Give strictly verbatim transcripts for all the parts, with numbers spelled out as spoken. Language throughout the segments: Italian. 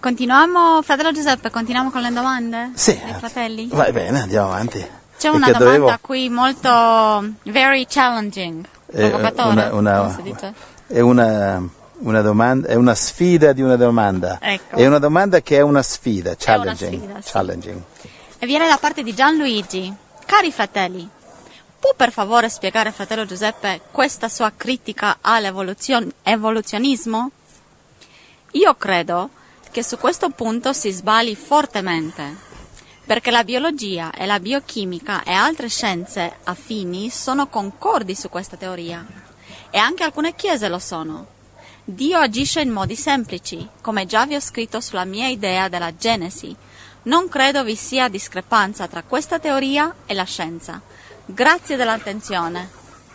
Continuiamo, fratello Giuseppe, continuiamo con le domande? Sì. Dei fratelli? Vai bene, andiamo avanti. C'è una Perché domanda dovevo... qui molto very challenging, provocatore, una, una, come si dice? È una, una domanda, è una sfida di una domanda. Ecco. È una domanda che è una sfida, challenging. È una sfida, sì. challenging. E viene da parte di Gianluigi. Cari fratelli, può per favore spiegare, fratello Giuseppe, questa sua critica all'evoluzionismo? Io credo che su questo punto si sbagli fortemente, perché la biologia e la biochimica e altre scienze affini sono concordi su questa teoria, e anche alcune chiese lo sono. Dio agisce in modi semplici, come già vi ho scritto sulla mia idea della Genesi. Non credo vi sia discrepanza tra questa teoria e la scienza. Grazie dell'attenzione.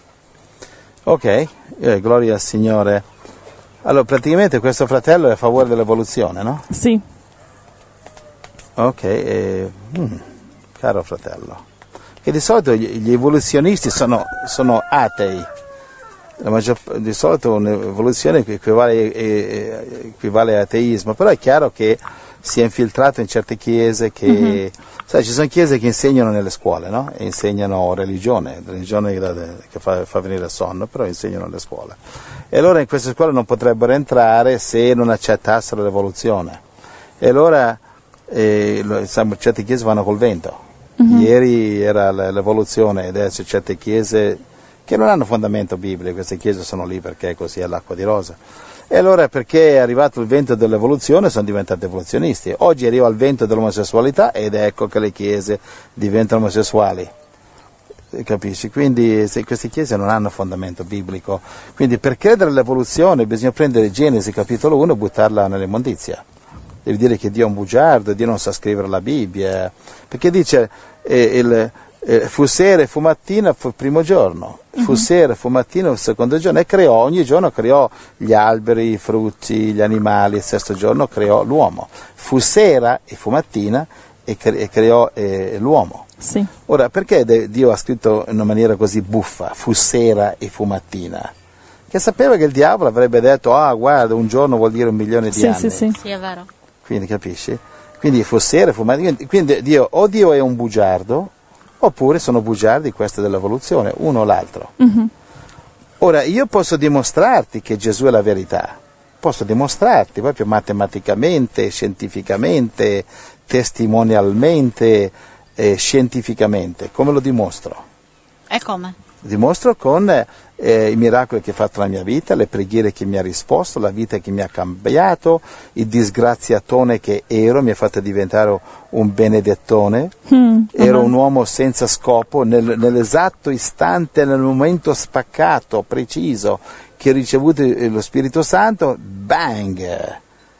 Ok, eh, gloria al Signore. Allora, praticamente questo fratello è a favore dell'evoluzione, no? Sì. Ok, eh, mm, caro fratello, che di solito gli, gli evoluzionisti sono, sono atei. La maggior, di solito un'evoluzione equivale, eh, equivale a ateismo, però è chiaro che si è infiltrato in certe chiese che, mm-hmm. sai, ci sono chiese che insegnano nelle scuole, no? E insegnano religione, religione che fa, fa venire il sonno, però insegnano nelle scuole. E allora in queste scuole non potrebbero entrare se non accettassero l'evoluzione. E allora eh, certe chiese vanno col vento. Mm-hmm. Ieri era l'evoluzione ed adesso certe chiese che non hanno fondamento biblico, queste chiese sono lì perché così è l'acqua di rosa. E allora perché è arrivato il vento dell'evoluzione sono diventati evoluzionisti. Oggi arriva il vento dell'omosessualità ed ecco che le chiese diventano omosessuali. Capisci? Quindi se queste chiese non hanno fondamento biblico. Quindi per credere all'evoluzione bisogna prendere Genesi capitolo uno e buttarla nell'immondizia. Devi dire che Dio è un bugiardo, Dio non sa scrivere la Bibbia. Perché dice eh, il... Eh, fu sera e fu mattina, fu il primo giorno, fu uh-huh. sera, fu mattina, il secondo giorno, e creò, ogni giorno creò gli alberi, i frutti, gli animali, il sesto giorno creò l'uomo. Fu sera e fu mattina e, cre- e creò eh, l'uomo. Sì. Ora, perché de- Dio ha scritto in una maniera così buffa, fu sera e fu mattina? Che sapeva che il diavolo avrebbe detto, ah guarda, un giorno vuol dire un milione di sì, anni. Sì, sì. Sì, è vero. Quindi capisci? Quindi fu sera e fu mattina, quindi Dio, o Dio è un bugiardo, oppure sono bugiardi queste dell'evoluzione, uno o l'altro. Mm-hmm. Ora, io posso dimostrarti che Gesù è la verità, posso dimostrarti proprio matematicamente, scientificamente, testimonialmente, eh, scientificamente. Come lo dimostro? E come? Dimostro con eh, i miracoli che ha fatto nella mia vita, le preghiere che mi ha risposto, la vita che mi ha cambiato, il disgraziatone che ero, mi ha fatto diventare un benedettone, mm, ero uh-huh. un uomo senza scopo, nel, nell'esatto istante, nel momento spaccato, preciso, che ho ricevuto lo Spirito Santo, bang!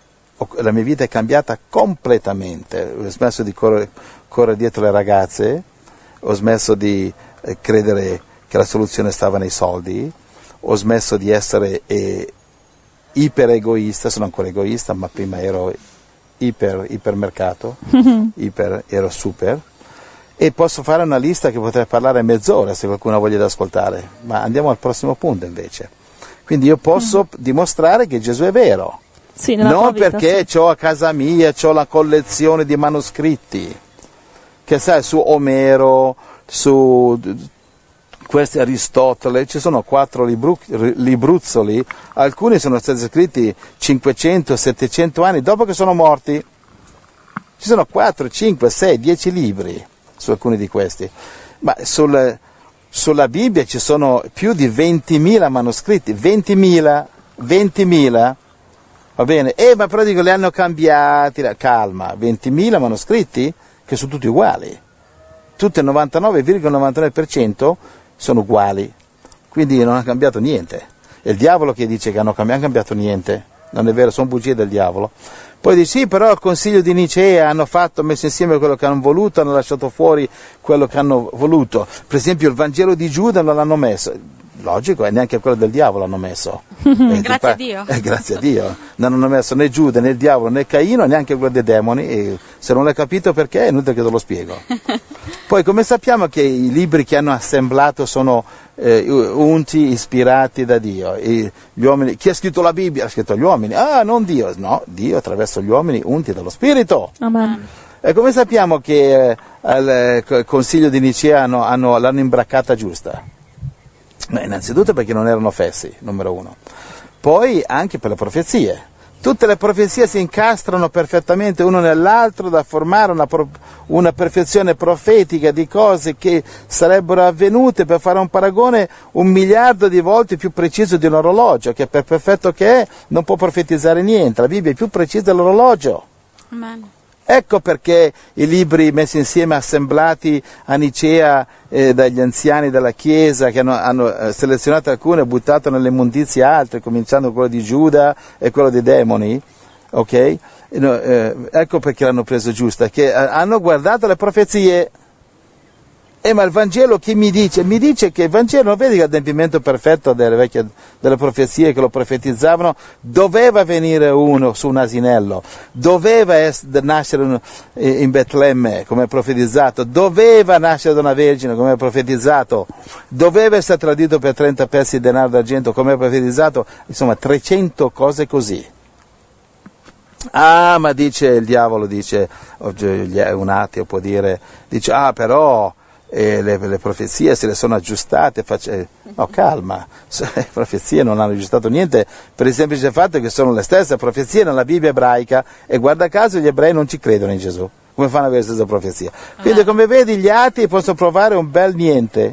La mia vita è cambiata completamente, ho smesso di correre, correre dietro le ragazze, ho smesso di eh, credere che la soluzione stava nei soldi, ho smesso di essere eh, iper egoista, sono ancora egoista, ma prima ero iper, ipermercato, iper, ero super, e posso fare una lista che potrei parlare mezz'ora se qualcuno ha voglia di ascoltare, ma andiamo al prossimo punto invece. Quindi io posso mm. dimostrare che Gesù è vero, sì, non vita, perché sì. ho a casa mia, ho la collezione di manoscritti, che sai, su Omero, su... questi Aristotele, ci sono quattro libru- libruzzoli, alcuni sono stati scritti cinquecento settecento anni dopo che sono morti. Ci sono quattro, cinque, sei, dieci libri su alcuni di questi, ma sul, sulla Bibbia ci sono più di ventimila manoscritti, ventimila, ventimila, va bene? Eh, ma però dico, li hanno cambiati, calma, ventimila manoscritti che sono tutti uguali, tutti il novantanove virgola novantanove per cento sono uguali, quindi non ha cambiato niente. È il diavolo che dice che hanno cambiato, hanno cambiato niente, non è vero, sono bugie del diavolo. Poi dice sì, però il Concilio di Nicea hanno fatto, messo insieme quello che hanno voluto, hanno lasciato fuori quello che hanno voluto. Per esempio il Vangelo di Giuda non l'hanno messo, logico, e neanche quello del diavolo hanno messo. eh, grazie pa- a Dio. Eh, grazie a Dio. Non hanno messo né Giuda, né il diavolo, né Caino, neanche quello dei demoni, e se non l'hai capito perché è inutile che te lo spiego. Poi come sappiamo che i libri che hanno assemblato sono eh, unti, ispirati da Dio? E gli uomini, chi ha scritto la Bibbia? Ha scritto gli uomini. Ah, non Dio. No, Dio attraverso gli uomini unti dallo Spirito. Amen. E come sappiamo che eh, al Consiglio di Nicea hanno, hanno, l'hanno imbraccata giusta? Beh, innanzitutto perché non erano fessi, numero uno. Poi anche per le profezie. Tutte le profezie si incastrano perfettamente uno nell'altro da formare una, pro, una perfezione profetica di cose che sarebbero avvenute, per fare un paragone, un miliardo di volte più preciso di un orologio, che per perfetto che è non può profetizzare niente. La Bibbia è più precisa dell'orologio. Amen. Ecco perché i libri messi insieme, assemblati a Nicea eh, dagli anziani della Chiesa, che hanno, hanno selezionato alcune e buttato nelle immondizie altre, cominciando quello di Giuda e quello dei demoni, ok? No, eh, ecco perché l'hanno preso giusta, che hanno guardato le profezie. Eh, ma il Vangelo chi mi dice? Mi dice che il Vangelo, non vedi l'adempimento perfetto delle vecchie delle profezie che lo profetizzavano? Doveva venire uno su un asinello, doveva es- nascere un, in Betlemme, come è profetizzato, doveva nascere da una vergine, come è profetizzato, doveva essere tradito per trenta pezzi di denaro d'argento, come è profetizzato, insomma trecento cose così. Ah, ma dice il diavolo, dice, un ateo può dire, dice, ah però... E le, le profezie se le sono aggiustate, face... no calma, le profezie non hanno aggiustato niente per il semplice fatto che sono le stesse profezie nella Bibbia ebraica e guarda caso gli ebrei non ci credono in Gesù, come fanno a avere la stessa profezia? Quindi come vedi gli atei possono provare un bel niente,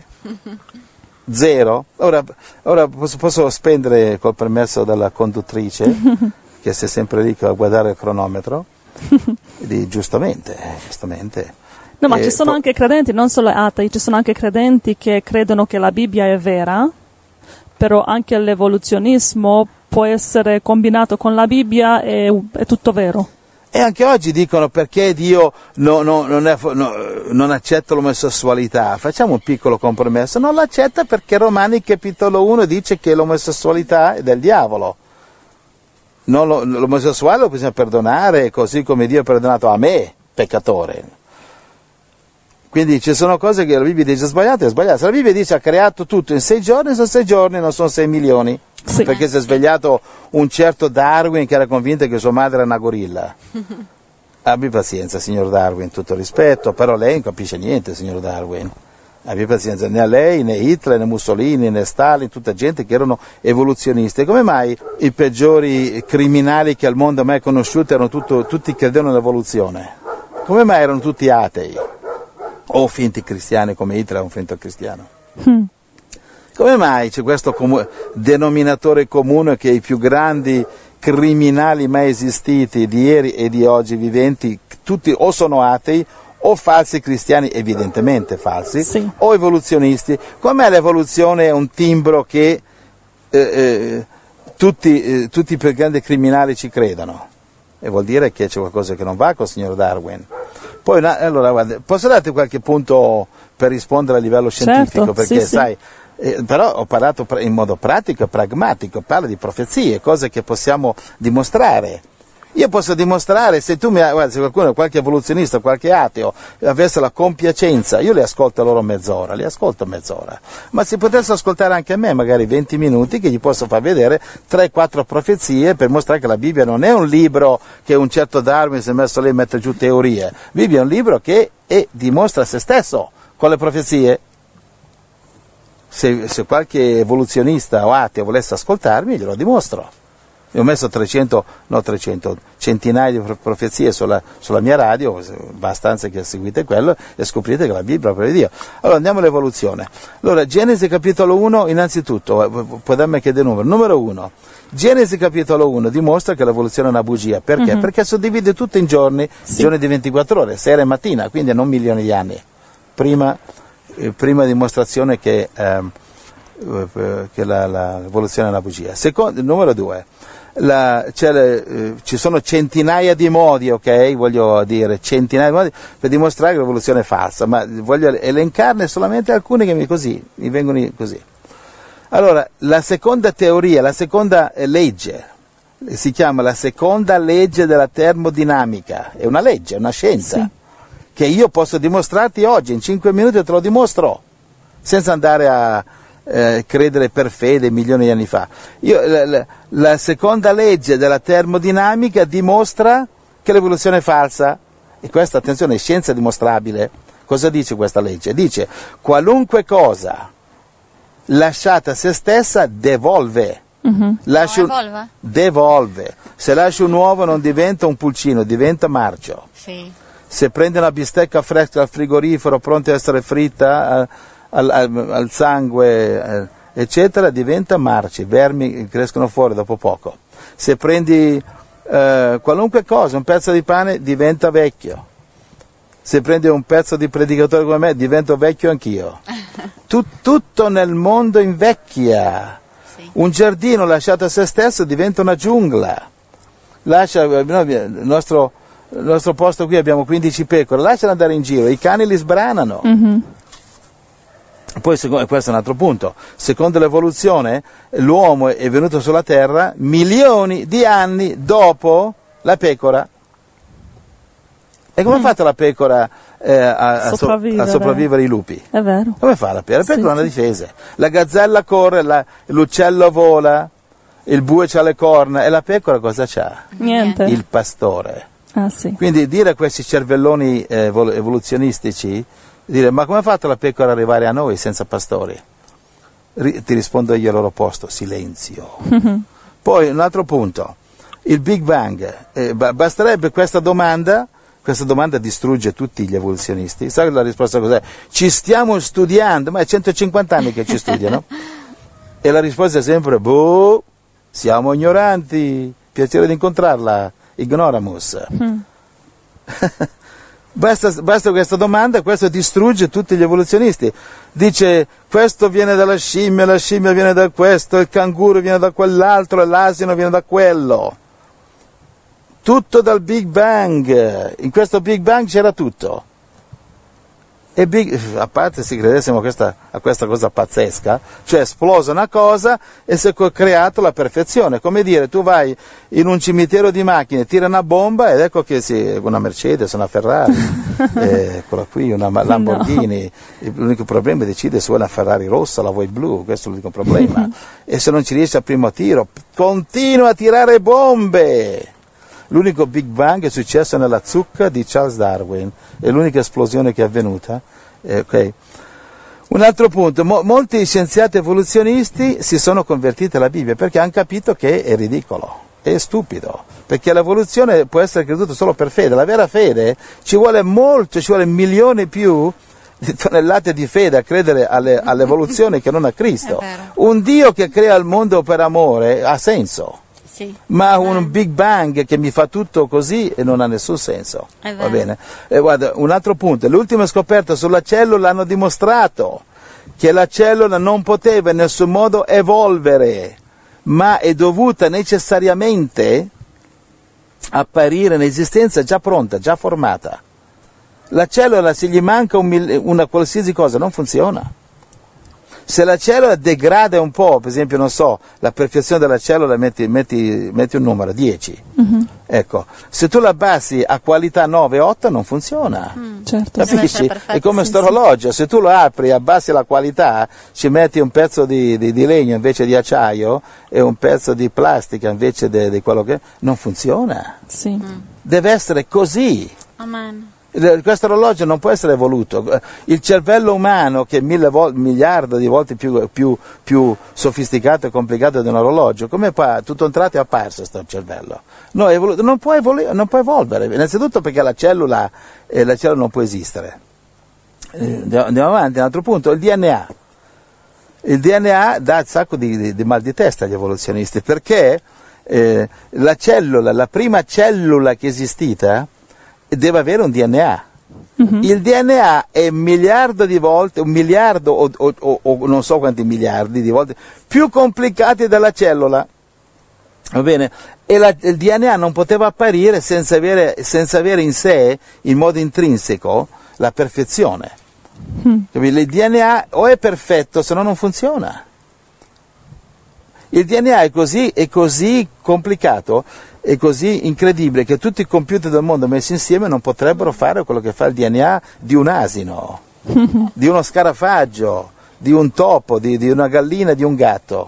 zero. Ora, ora posso, posso spendere col permesso della conduttrice che sta sempre lì a guardare il cronometro, di, giustamente, giustamente. No, ma eh, ci sono po- anche credenti, non solo atei, ci sono anche credenti che credono che la Bibbia è vera, però anche l'evoluzionismo può essere combinato con la Bibbia e è tutto vero. E anche oggi dicono perché Dio no, no, non, è, no, non accetta l'omosessualità. Facciamo un piccolo compromesso, non l'accetta perché Romani capitolo uno dice che l'omosessualità è del diavolo. Non lo, l'omosessuale lo bisogna perdonare così come Dio ha perdonato a me, peccatore. Quindi ci sono cose che la Bibbia dice sbagliate, è sbagliato. Se la Bibbia dice ha creato tutto in sei giorni, sono sei giorni, non sono sei milioni. Sì. Perché si è svegliato un certo Darwin che era convinto che sua madre era una gorilla. Abbi pazienza, signor Darwin, tutto rispetto, però lei non capisce niente, signor Darwin. Abbi pazienza, né a lei, né Hitler, né Mussolini, né Stalin, tutta gente che erano evoluzionisti. Come mai i peggiori criminali che al mondo ha mai conosciuto erano tutto, tutti credevano nell'evoluzione? Come mai erano tutti atei? O finti cristiani come Hitler è un finto cristiano. Mm. Come mai c'è questo comu- denominatore comune che i più grandi criminali mai esistiti di ieri e di oggi viventi, tutti o sono atei o falsi cristiani, evidentemente falsi, sì. O evoluzionisti? Com'è l'evoluzione è un timbro che eh, eh, tutti, eh, tutti i più grandi criminali ci credono? E vuol dire che c'è qualcosa che non va con il signor Darwin. Poi, allora, guarda, posso darti qualche punto per rispondere a livello scientifico? Certo, perché, sì, sai, eh, però ho parlato in modo pratico e pragmatico, parlo di profezie, cose che possiamo dimostrare. Io posso dimostrare, se tu mi, guarda, se qualcuno, qualche evoluzionista, qualche ateo, avesse la compiacenza, io li ascolto loro mezz'ora, li ascolto mezz'ora, ma si potesse ascoltare anche a me, magari venti minuti, che gli posso far vedere tre quattro profezie per mostrare che la Bibbia non è un libro che un certo Darwin si è messo lì e mette giù teorie. La Bibbia è un libro che è, dimostra se stesso con le profezie. Se, se qualche evoluzionista o ateo volesse ascoltarmi, glielo dimostro. Io ho messo trecento, no trecento, centinaia di profezie sulla, sulla mia radio, abbastanza che seguite quello, e scoprite che la Bibbia è proprio di Dio. Allora andiamo all'evoluzione. Allora, Genesi capitolo uno, innanzitutto, può darmi che dei numeri. Numero uno, Genesi capitolo uno dimostra che l'evoluzione è una bugia. Perché? Mm-hmm. Perché suddivide tutto in giorni, sì. Giorni di ventiquattro ore, sera e mattina, quindi non milioni di anni. Prima, eh, prima dimostrazione che, eh, che la, la, l'evoluzione è una bugia. Secondo, numero due. La, cioè, eh, ci sono centinaia di modi, ok? Voglio dire, centinaia di modi per dimostrare che l'evoluzione è falsa, ma voglio elencarne solamente alcune che mi, così, mi vengono così. Allora, la seconda teoria, la seconda legge, si chiama la seconda legge della termodinamica, è una legge, è una scienza, sì. che io posso dimostrarti oggi, in cinque minuti te lo dimostro, senza andare a eh, credere per fede milioni di anni fa. Io, la, la, la seconda legge della termodinamica dimostra che l'evoluzione è falsa, e questa, attenzione, è scienza dimostrabile. Cosa dice questa legge? Dice: qualunque cosa lasciata a se stessa devolve. Mm-hmm. Lasci un... No, evolve? Devolve. Se lasci un uovo non diventa un pulcino, diventa marcio. Sì. Se prendi una bistecca fresca al frigorifero pronta a essere fritta eh, al, al, al sangue eh, eccetera, diventa marci, vermi crescono fuori dopo poco. Se prendi eh, qualunque cosa, un pezzo di pane, diventa vecchio. Se prendi un pezzo di predicatore come me, divento vecchio anch'io. Tut, tutto nel mondo invecchia. Sì. Un giardino lasciato a se stesso diventa una giungla. Lascia, il nostro, il nostro posto qui abbiamo quindici pecore, lasciala andare in giro, i cani li sbranano. Mm-hmm. Poi, secondo, questo è un altro punto, secondo l'evoluzione l'uomo è venuto sulla terra milioni di anni dopo la pecora. E come ha fatto la pecora eh, a, a, sopravvivere. a sopravvivere ai lupi? È vero. Come fa la pecora? La pecora Sì, non ha sì. difese. La gazzella corre, la, l'uccello vola, il bue c'ha le corna, e la pecora cosa c'ha? Niente. Il pastore. Ah, sì. Quindi dire a questi cervelloni eh, evol- evoluzionistici, dire: ma come ha fatto la pecora ad arrivare a noi senza pastori? Ri- ti rispondo io al loro posto: silenzio. Poi un altro punto, il Big Bang. Eh, ba- basterebbe questa domanda. Questa domanda distrugge tutti gli evoluzionisti. Sai la risposta cos'è? Ci stiamo studiando, ma è centocinquanta anni che ci studiano. E la risposta è sempre: boh, siamo ignoranti, piacere di incontrarla, ignoramus. Mm. basta, basta questa domanda, questo distrugge tutti gli evoluzionisti. Dice: questo viene dalla scimmia, la scimmia viene da questo, il canguro viene da quell'altro, e l'asino viene da quello. Tutto dal Big Bang. In questo Big Bang c'era tutto. E Big, a parte se credessimo a questa, a questa cosa pazzesca, cioè esplosa una cosa e si è creato la perfezione. Come dire, tu vai in un cimitero di macchine, tira una bomba ed ecco che si, una Mercedes, una Ferrari, eh, eccola qui, una Lamborghini. No. L'unico problema è decidere se vuoi una Ferrari rossa o la vuoi blu, questo è l'unico problema. E se non ci riesci al primo tiro, continua a tirare bombe. L'unico Big Bang è successo nella zucca di Charles Darwin, è l'unica esplosione che è avvenuta. Eh, okay. Un altro punto, mo- molti scienziati evoluzionisti si sono convertiti alla Bibbia perché hanno capito che è ridicolo, è stupido, perché l'evoluzione può essere creduta solo per fede. La vera fede ci vuole molto, ci vuole milioni più di tonnellate di fede a credere alle, all'evoluzione che non a Cristo. Un Dio che crea il mondo per amore ha senso. Sì. Ma un Big Bang che mi fa tutto così e non ha nessun senso. Va bene? E guarda, un altro punto, le ultime scoperte sulla cellula hanno dimostrato che la cellula non poteva in nessun modo evolvere, ma è dovuta necessariamente apparire in esistenza già pronta, già formata. La cellula, se gli manca un, una qualsiasi cosa, non funziona. Se la cellula degrada un po', per esempio, non so, la perfezione della cellula, metti, metti, metti un numero, dieci. Mm-hmm. Ecco, se tu la abbassi a qualità nove otto non funziona. Mm, certo. Capisci? È come questo sì, orologio, sì. Se tu lo apri e abbassi la qualità, ci metti un pezzo di, di, di legno invece di acciaio e un pezzo di plastica invece di, di quello che... non funziona. Sì. Mm. Deve essere così. Amen. Questo orologio non può essere evoluto. Il cervello umano, che è mille vol- miliardi di volte più, più, più sofisticato e complicato di un orologio, come fa? Tutto un tratto è apparso questo cervello. No, evolu- non, può evolu- non può evolvere, innanzitutto perché la cellula, eh, la cellula non può esistere. Eh, andiamo avanti, un altro punto, il D N A. Il D N A dà un sacco di, di, di mal di testa agli evoluzionisti, perché eh, la cellula, la prima cellula che è esistita, deve avere un D N A. Mm-hmm. Il D N A è un miliardo di volte, un miliardo o, o, o, o non so quanti miliardi di volte più complicati della cellula. Va bene? E la, il D N A non poteva apparire senza avere, senza avere in sé, in modo intrinseco, la perfezione. Mm. Il D N A o è perfetto, se no non funziona. Il D N A è così, è così complicato, è così incredibile che tutti i computer del mondo messi insieme non potrebbero fare quello che fa il D N A di un asino, di uno scarafaggio, di un topo, di, di una gallina, di un gatto.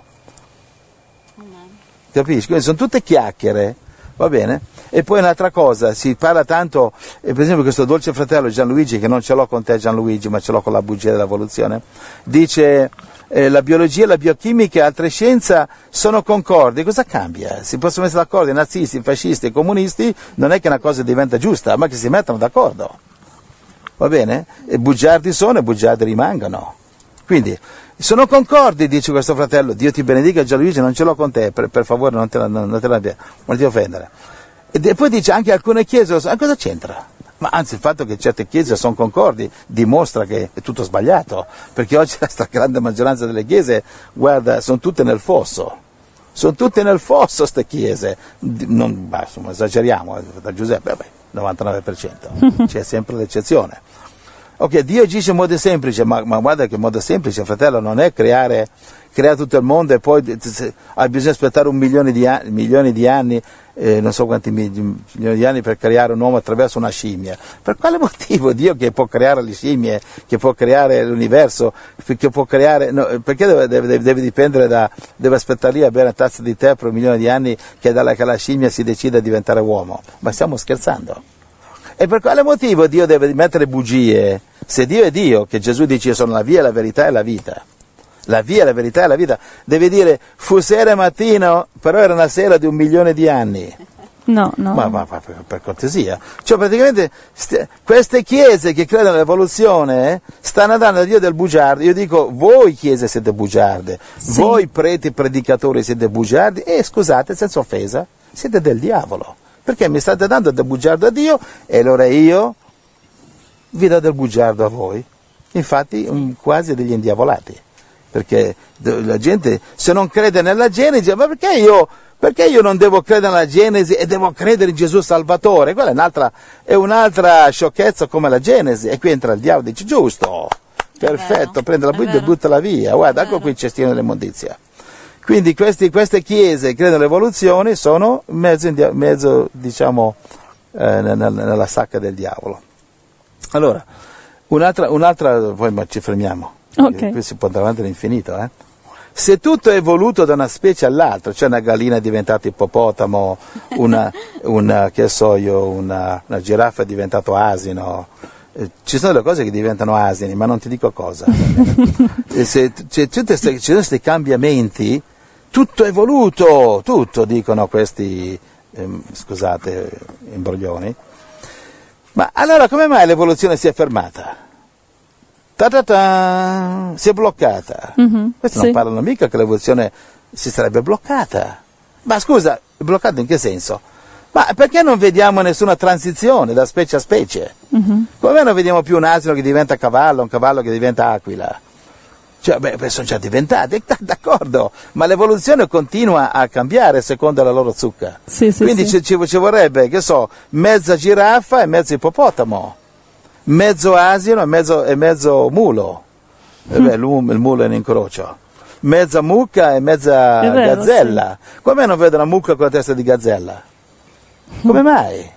Capisci? Quindi sono tutte chiacchiere, va bene? E poi un'altra cosa, si parla tanto, eh, per esempio questo dolce fratello Gianluigi, che non ce l'ho con te Gianluigi, ma ce l'ho con la bugia dell'evoluzione, dice eh, la biologia, la biochimica e altre scienze sono concordi. Cosa cambia? Si possono mettere d'accordo i nazisti, i fascisti, i comunisti, non è che una cosa diventa giusta, ma che si mettano d'accordo. Va bene? E bugiardi sono e bugiardi rimangono. Quindi, sono concordi, dice questo fratello, Dio ti benedica Gianluigi, non ce l'ho con te, per, per favore non te la, non te la, non ti offendere. E poi dice anche alcune chiese, ah, cosa c'entra? Ma anzi il fatto che certe chiese sono concordi dimostra che è tutto sbagliato, perché oggi la stragrande maggioranza delle chiese, guarda, sono tutte nel fosso, sono tutte nel fosso ste chiese, non, bah, insomma, esageriamo, da Giuseppe, vabbè, novantanove per cento, c'è sempre l'eccezione. Ok, Dio agisce in modo semplice, ma, ma guarda che modo semplice, fratello, non è creare, creare tutto il mondo e poi hai bisogno di aspettare un milione di anni, milioni di anni eh, non so quanti milioni di anni per creare un uomo attraverso una scimmia. Per quale motivo Dio che può creare le scimmie, che può creare l'universo, che può creare, no, perché deve, deve, deve dipendere da, deve aspettare lì a bere una tazza di tè per un milione di anni che dalla che la scimmia si decida a diventare uomo? Ma stiamo scherzando? E per quale motivo Dio deve mettere bugie? Se Dio è Dio, che Gesù dice io sono la via, la verità e la vita. La via, la verità e la vita. Deve dire fu sera e mattino, però era una sera di un milione di anni. No, no. Ma, ma, ma per, per cortesia. Cioè praticamente st- queste chiese che credono nell'evoluzione eh, stanno andando a Dio del bugiardo. Io dico, voi chiese siete bugiarde, sì. Voi preti predicatori siete bugiardi e scusate, senza offesa, siete del diavolo. Perché mi state dando del bugiardo a Dio e allora io vi do del bugiardo a voi. Infatti um, quasi degli indiavolati. Perché la gente se non crede nella Genesi, ma perché io, perché io non devo credere nella Genesi e devo credere in Gesù Salvatore? Quella è un'altra, è un'altra sciocchezza come la Genesi. E qui entra il diavolo e dice giusto, perfetto, prende la Bibbia e buttala via. Guarda, ecco qui il cestino dell'immondizia. Quindi questi, queste chiese che credono all'evoluzione sono mezzo, mezzo diciamo, eh, nella, nella sacca del diavolo. Allora, un'altra, un'altra poi ma ci fermiamo, okay. Qui si può andare avanti all'infinito. Eh? Se tutto è evoluto da una specie all'altra, cioè una gallina è diventata ippopotamo, una, una, che so io, una, una giraffa è diventato asino, ci sono delle cose che diventano asini, ma non ti dico cosa. E se c'è tutti questi cambiamenti, tutto è evoluto, tutto, dicono questi, ehm, scusate, imbroglioni. Ma allora come mai l'evoluzione si è fermata? Ta-ta-ta, si è bloccata. Mm-hmm, Questi sì. Non parlano mica che l'evoluzione si sarebbe bloccata. Ma scusa, bloccata in che senso? Ma perché non vediamo nessuna transizione da specie a specie? Mm-hmm. Come non vediamo più un asino che diventa cavallo, un cavallo che diventa aquila? Cioè, beh, sono già diventati, d'accordo, ma l'evoluzione continua a cambiare secondo la loro zucca. Sì, sì, Quindi sì. Ci, ci vorrebbe, che so, mezza giraffa e mezzo ippopotamo, mezzo asino e mezzo, e mezzo mulo, mm. e beh, il mulo è un incrocio, mezza mucca e mezza vero, gazzella. Sì. Come non vedo una mucca con la testa di gazzella? Come mai?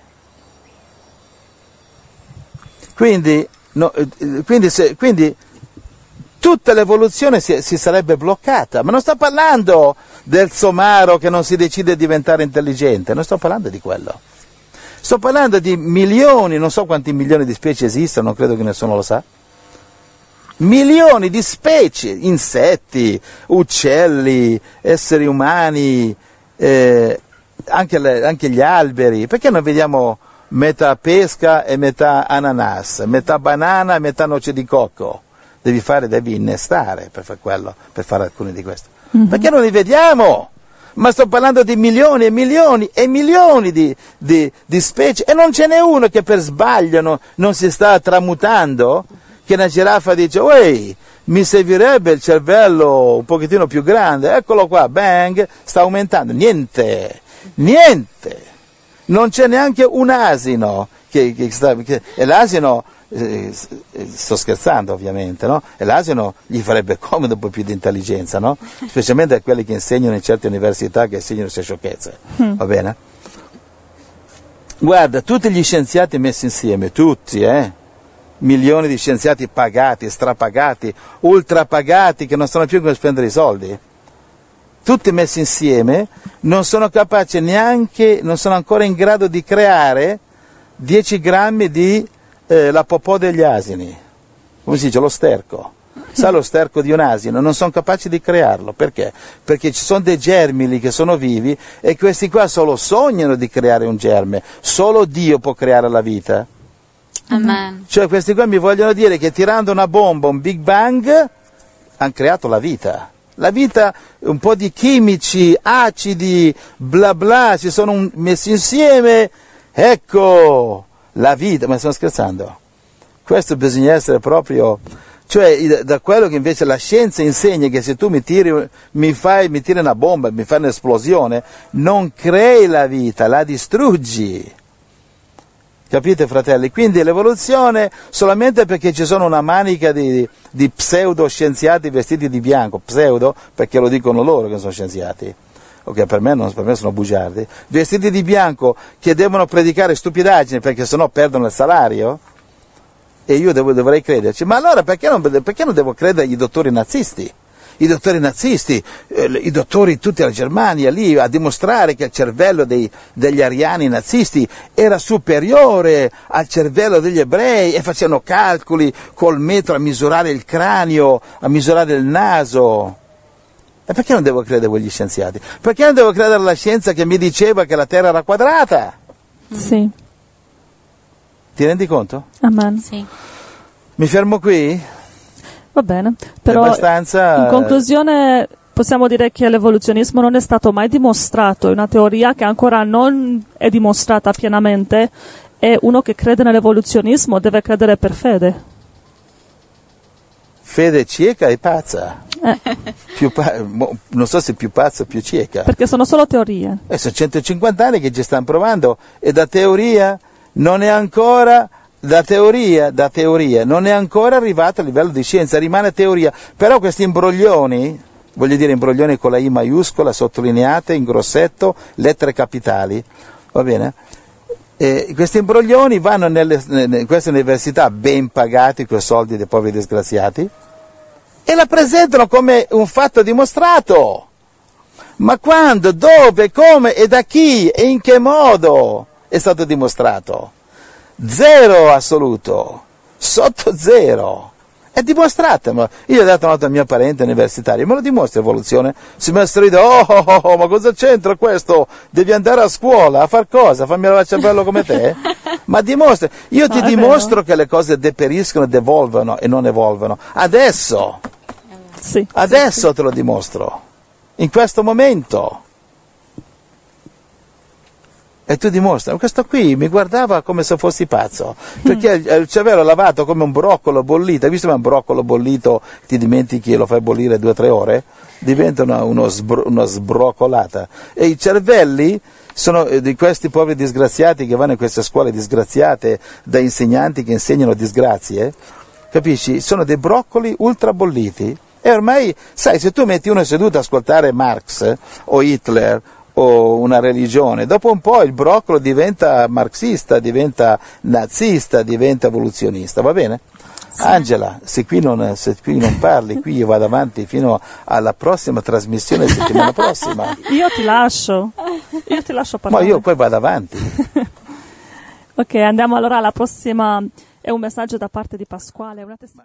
Quindi, no, quindi, se, quindi tutta l'evoluzione si, si sarebbe bloccata, ma non sto parlando del somaro che non si decide a diventare intelligente, non sto parlando di quello. Sto parlando di milioni, non so quanti milioni di specie esistono, non credo che nessuno lo sa. Milioni di specie, insetti, uccelli, esseri umani, eh, anche, le, anche gli alberi. Perché non vediamo metà pesca e metà ananas, metà banana e metà noce di cocco? Devi fare, devi innestare per fare quello, per fare alcuni di questi. Mm-hmm. Perché non li vediamo? Ma sto parlando di milioni e milioni e milioni di, di, di specie e non ce n'è uno che per sbaglio no, non si sta tramutando, che una giraffa dice, uè, mi servirebbe il cervello un pochettino più grande, eccolo qua, bang, sta aumentando. Niente, niente. Non c'è neanche un asino, che, che sta, che, e l'asino eh, sto scherzando ovviamente, no? E l'asino gli farebbe comodo un po' più di intelligenza, no? Specialmente a quelli che insegnano in certe università, che insegnano queste sciocchezze, mm. va bene? Guarda, tutti gli scienziati messi insieme, tutti, eh? Milioni di scienziati pagati, strapagati, ultrapagati, che non sanno più come spendere i soldi, tutti messi insieme, non sono capaci neanche, non sono ancora in grado di creare dieci grammi di eh, la popò degli asini, come si dice, lo sterco. Sa lo sterco di un asino? Non sono capaci di crearlo. Perché? Perché ci sono dei germi che sono vivi e questi qua solo sognano di creare un germe. Solo Dio può creare la vita. Amen. Cioè questi qua mi vogliono dire che tirando una bomba, un Big Bang, hanno creato la vita. La vita, un po' di chimici, acidi, bla bla, si sono un, messi insieme, ecco la vita. Ma sto scherzando? Questo bisogna essere proprio, cioè da quello che invece la scienza insegna, che se tu mi tiri, mi fai, mi tiri una bomba, mi fai un'esplosione, non crei la vita, la distruggi. Capite, fratelli? Quindi l'evoluzione solamente perché ci sono una manica di, di pseudoscienziati vestiti di bianco, pseudo perché lo dicono loro che sono scienziati, ok, per me, non, per me sono bugiardi, vestiti di bianco che devono predicare stupidaggini perché sennò perdono il salario, e io devo, dovrei crederci. Ma allora perché non, perché non devo credere agli dottori nazisti? I dottori nazisti, eh, i dottori tutti alla Germania, lì a dimostrare che il cervello dei, degli ariani nazisti era superiore al cervello degli ebrei, e facevano calcoli col metro a misurare il cranio, a misurare il naso. E perché non devo credere a quegli scienziati? Perché non devo credere alla scienza che mi diceva che la Terra era quadrata? Sì. Ti rendi conto? Amen. Sì. Mi fermo qui? Va bene, però abbastanza... in conclusione possiamo dire che l'evoluzionismo non è stato mai dimostrato, è una teoria che ancora non è dimostrata pienamente, e uno che crede nell'evoluzionismo deve credere per fede. Fede cieca e pazza. Eh. Più pa- non so se più pazza o più cieca. Perché sono solo teorie. E sono centocinquanta anni che ci stanno provando, e da teoria non è ancora... Da teoria, da teoria, non è ancora arrivato a livello di scienza, rimane teoria. Però questi imbroglioni, voglio dire imbroglioni con la I maiuscola, sottolineate, in grossetto, lettere capitali, va bene? E questi imbroglioni vanno nelle, in queste università ben pagati, con i soldi dei poveri disgraziati, e la presentano come un fatto dimostrato. Ma quando, dove, come e da chi e in che modo è stato dimostrato? Zero assoluto, sotto zero. È dimostrata. Io ho dato una nota al mio parente universitario, me lo dimostra evoluzione? Si mette a ridere, oh, oh, oh, ma cosa c'entra questo? Devi andare a scuola, a far cosa? Fammi lavare il cervello come te? Ma dimostra. Io ti no, dimostro che le cose deperiscono, devolvono e non evolvono. Adesso. Sì. Adesso sì, te lo dimostro. In questo momento. E tu dimostri, questo qui mi guardava come se fossi pazzo, perché il cervello lavato come un broccolo bollito, hai visto come un broccolo bollito ti dimentichi e lo fai bollire due o tre ore? Diventa una, uno sbro, una sbroccolata. E i cervelli sono di questi poveri disgraziati che vanno in queste scuole disgraziate da insegnanti che insegnano disgrazie, capisci? Sono dei broccoli ultra bolliti. E ormai, sai, se tu metti uno seduto ad ascoltare Marx o Hitler o una religione, dopo un po' il broccolo diventa marxista, diventa nazista, diventa evoluzionista, va bene? Sì. Angela, se qui, non, se qui non parli, qui io vado avanti fino alla prossima trasmissione settimana prossima. Io ti lascio, io ti lascio parlare. Ma io poi vado avanti. Ok, andiamo allora alla prossima, è un messaggio da parte di Pasquale, una test-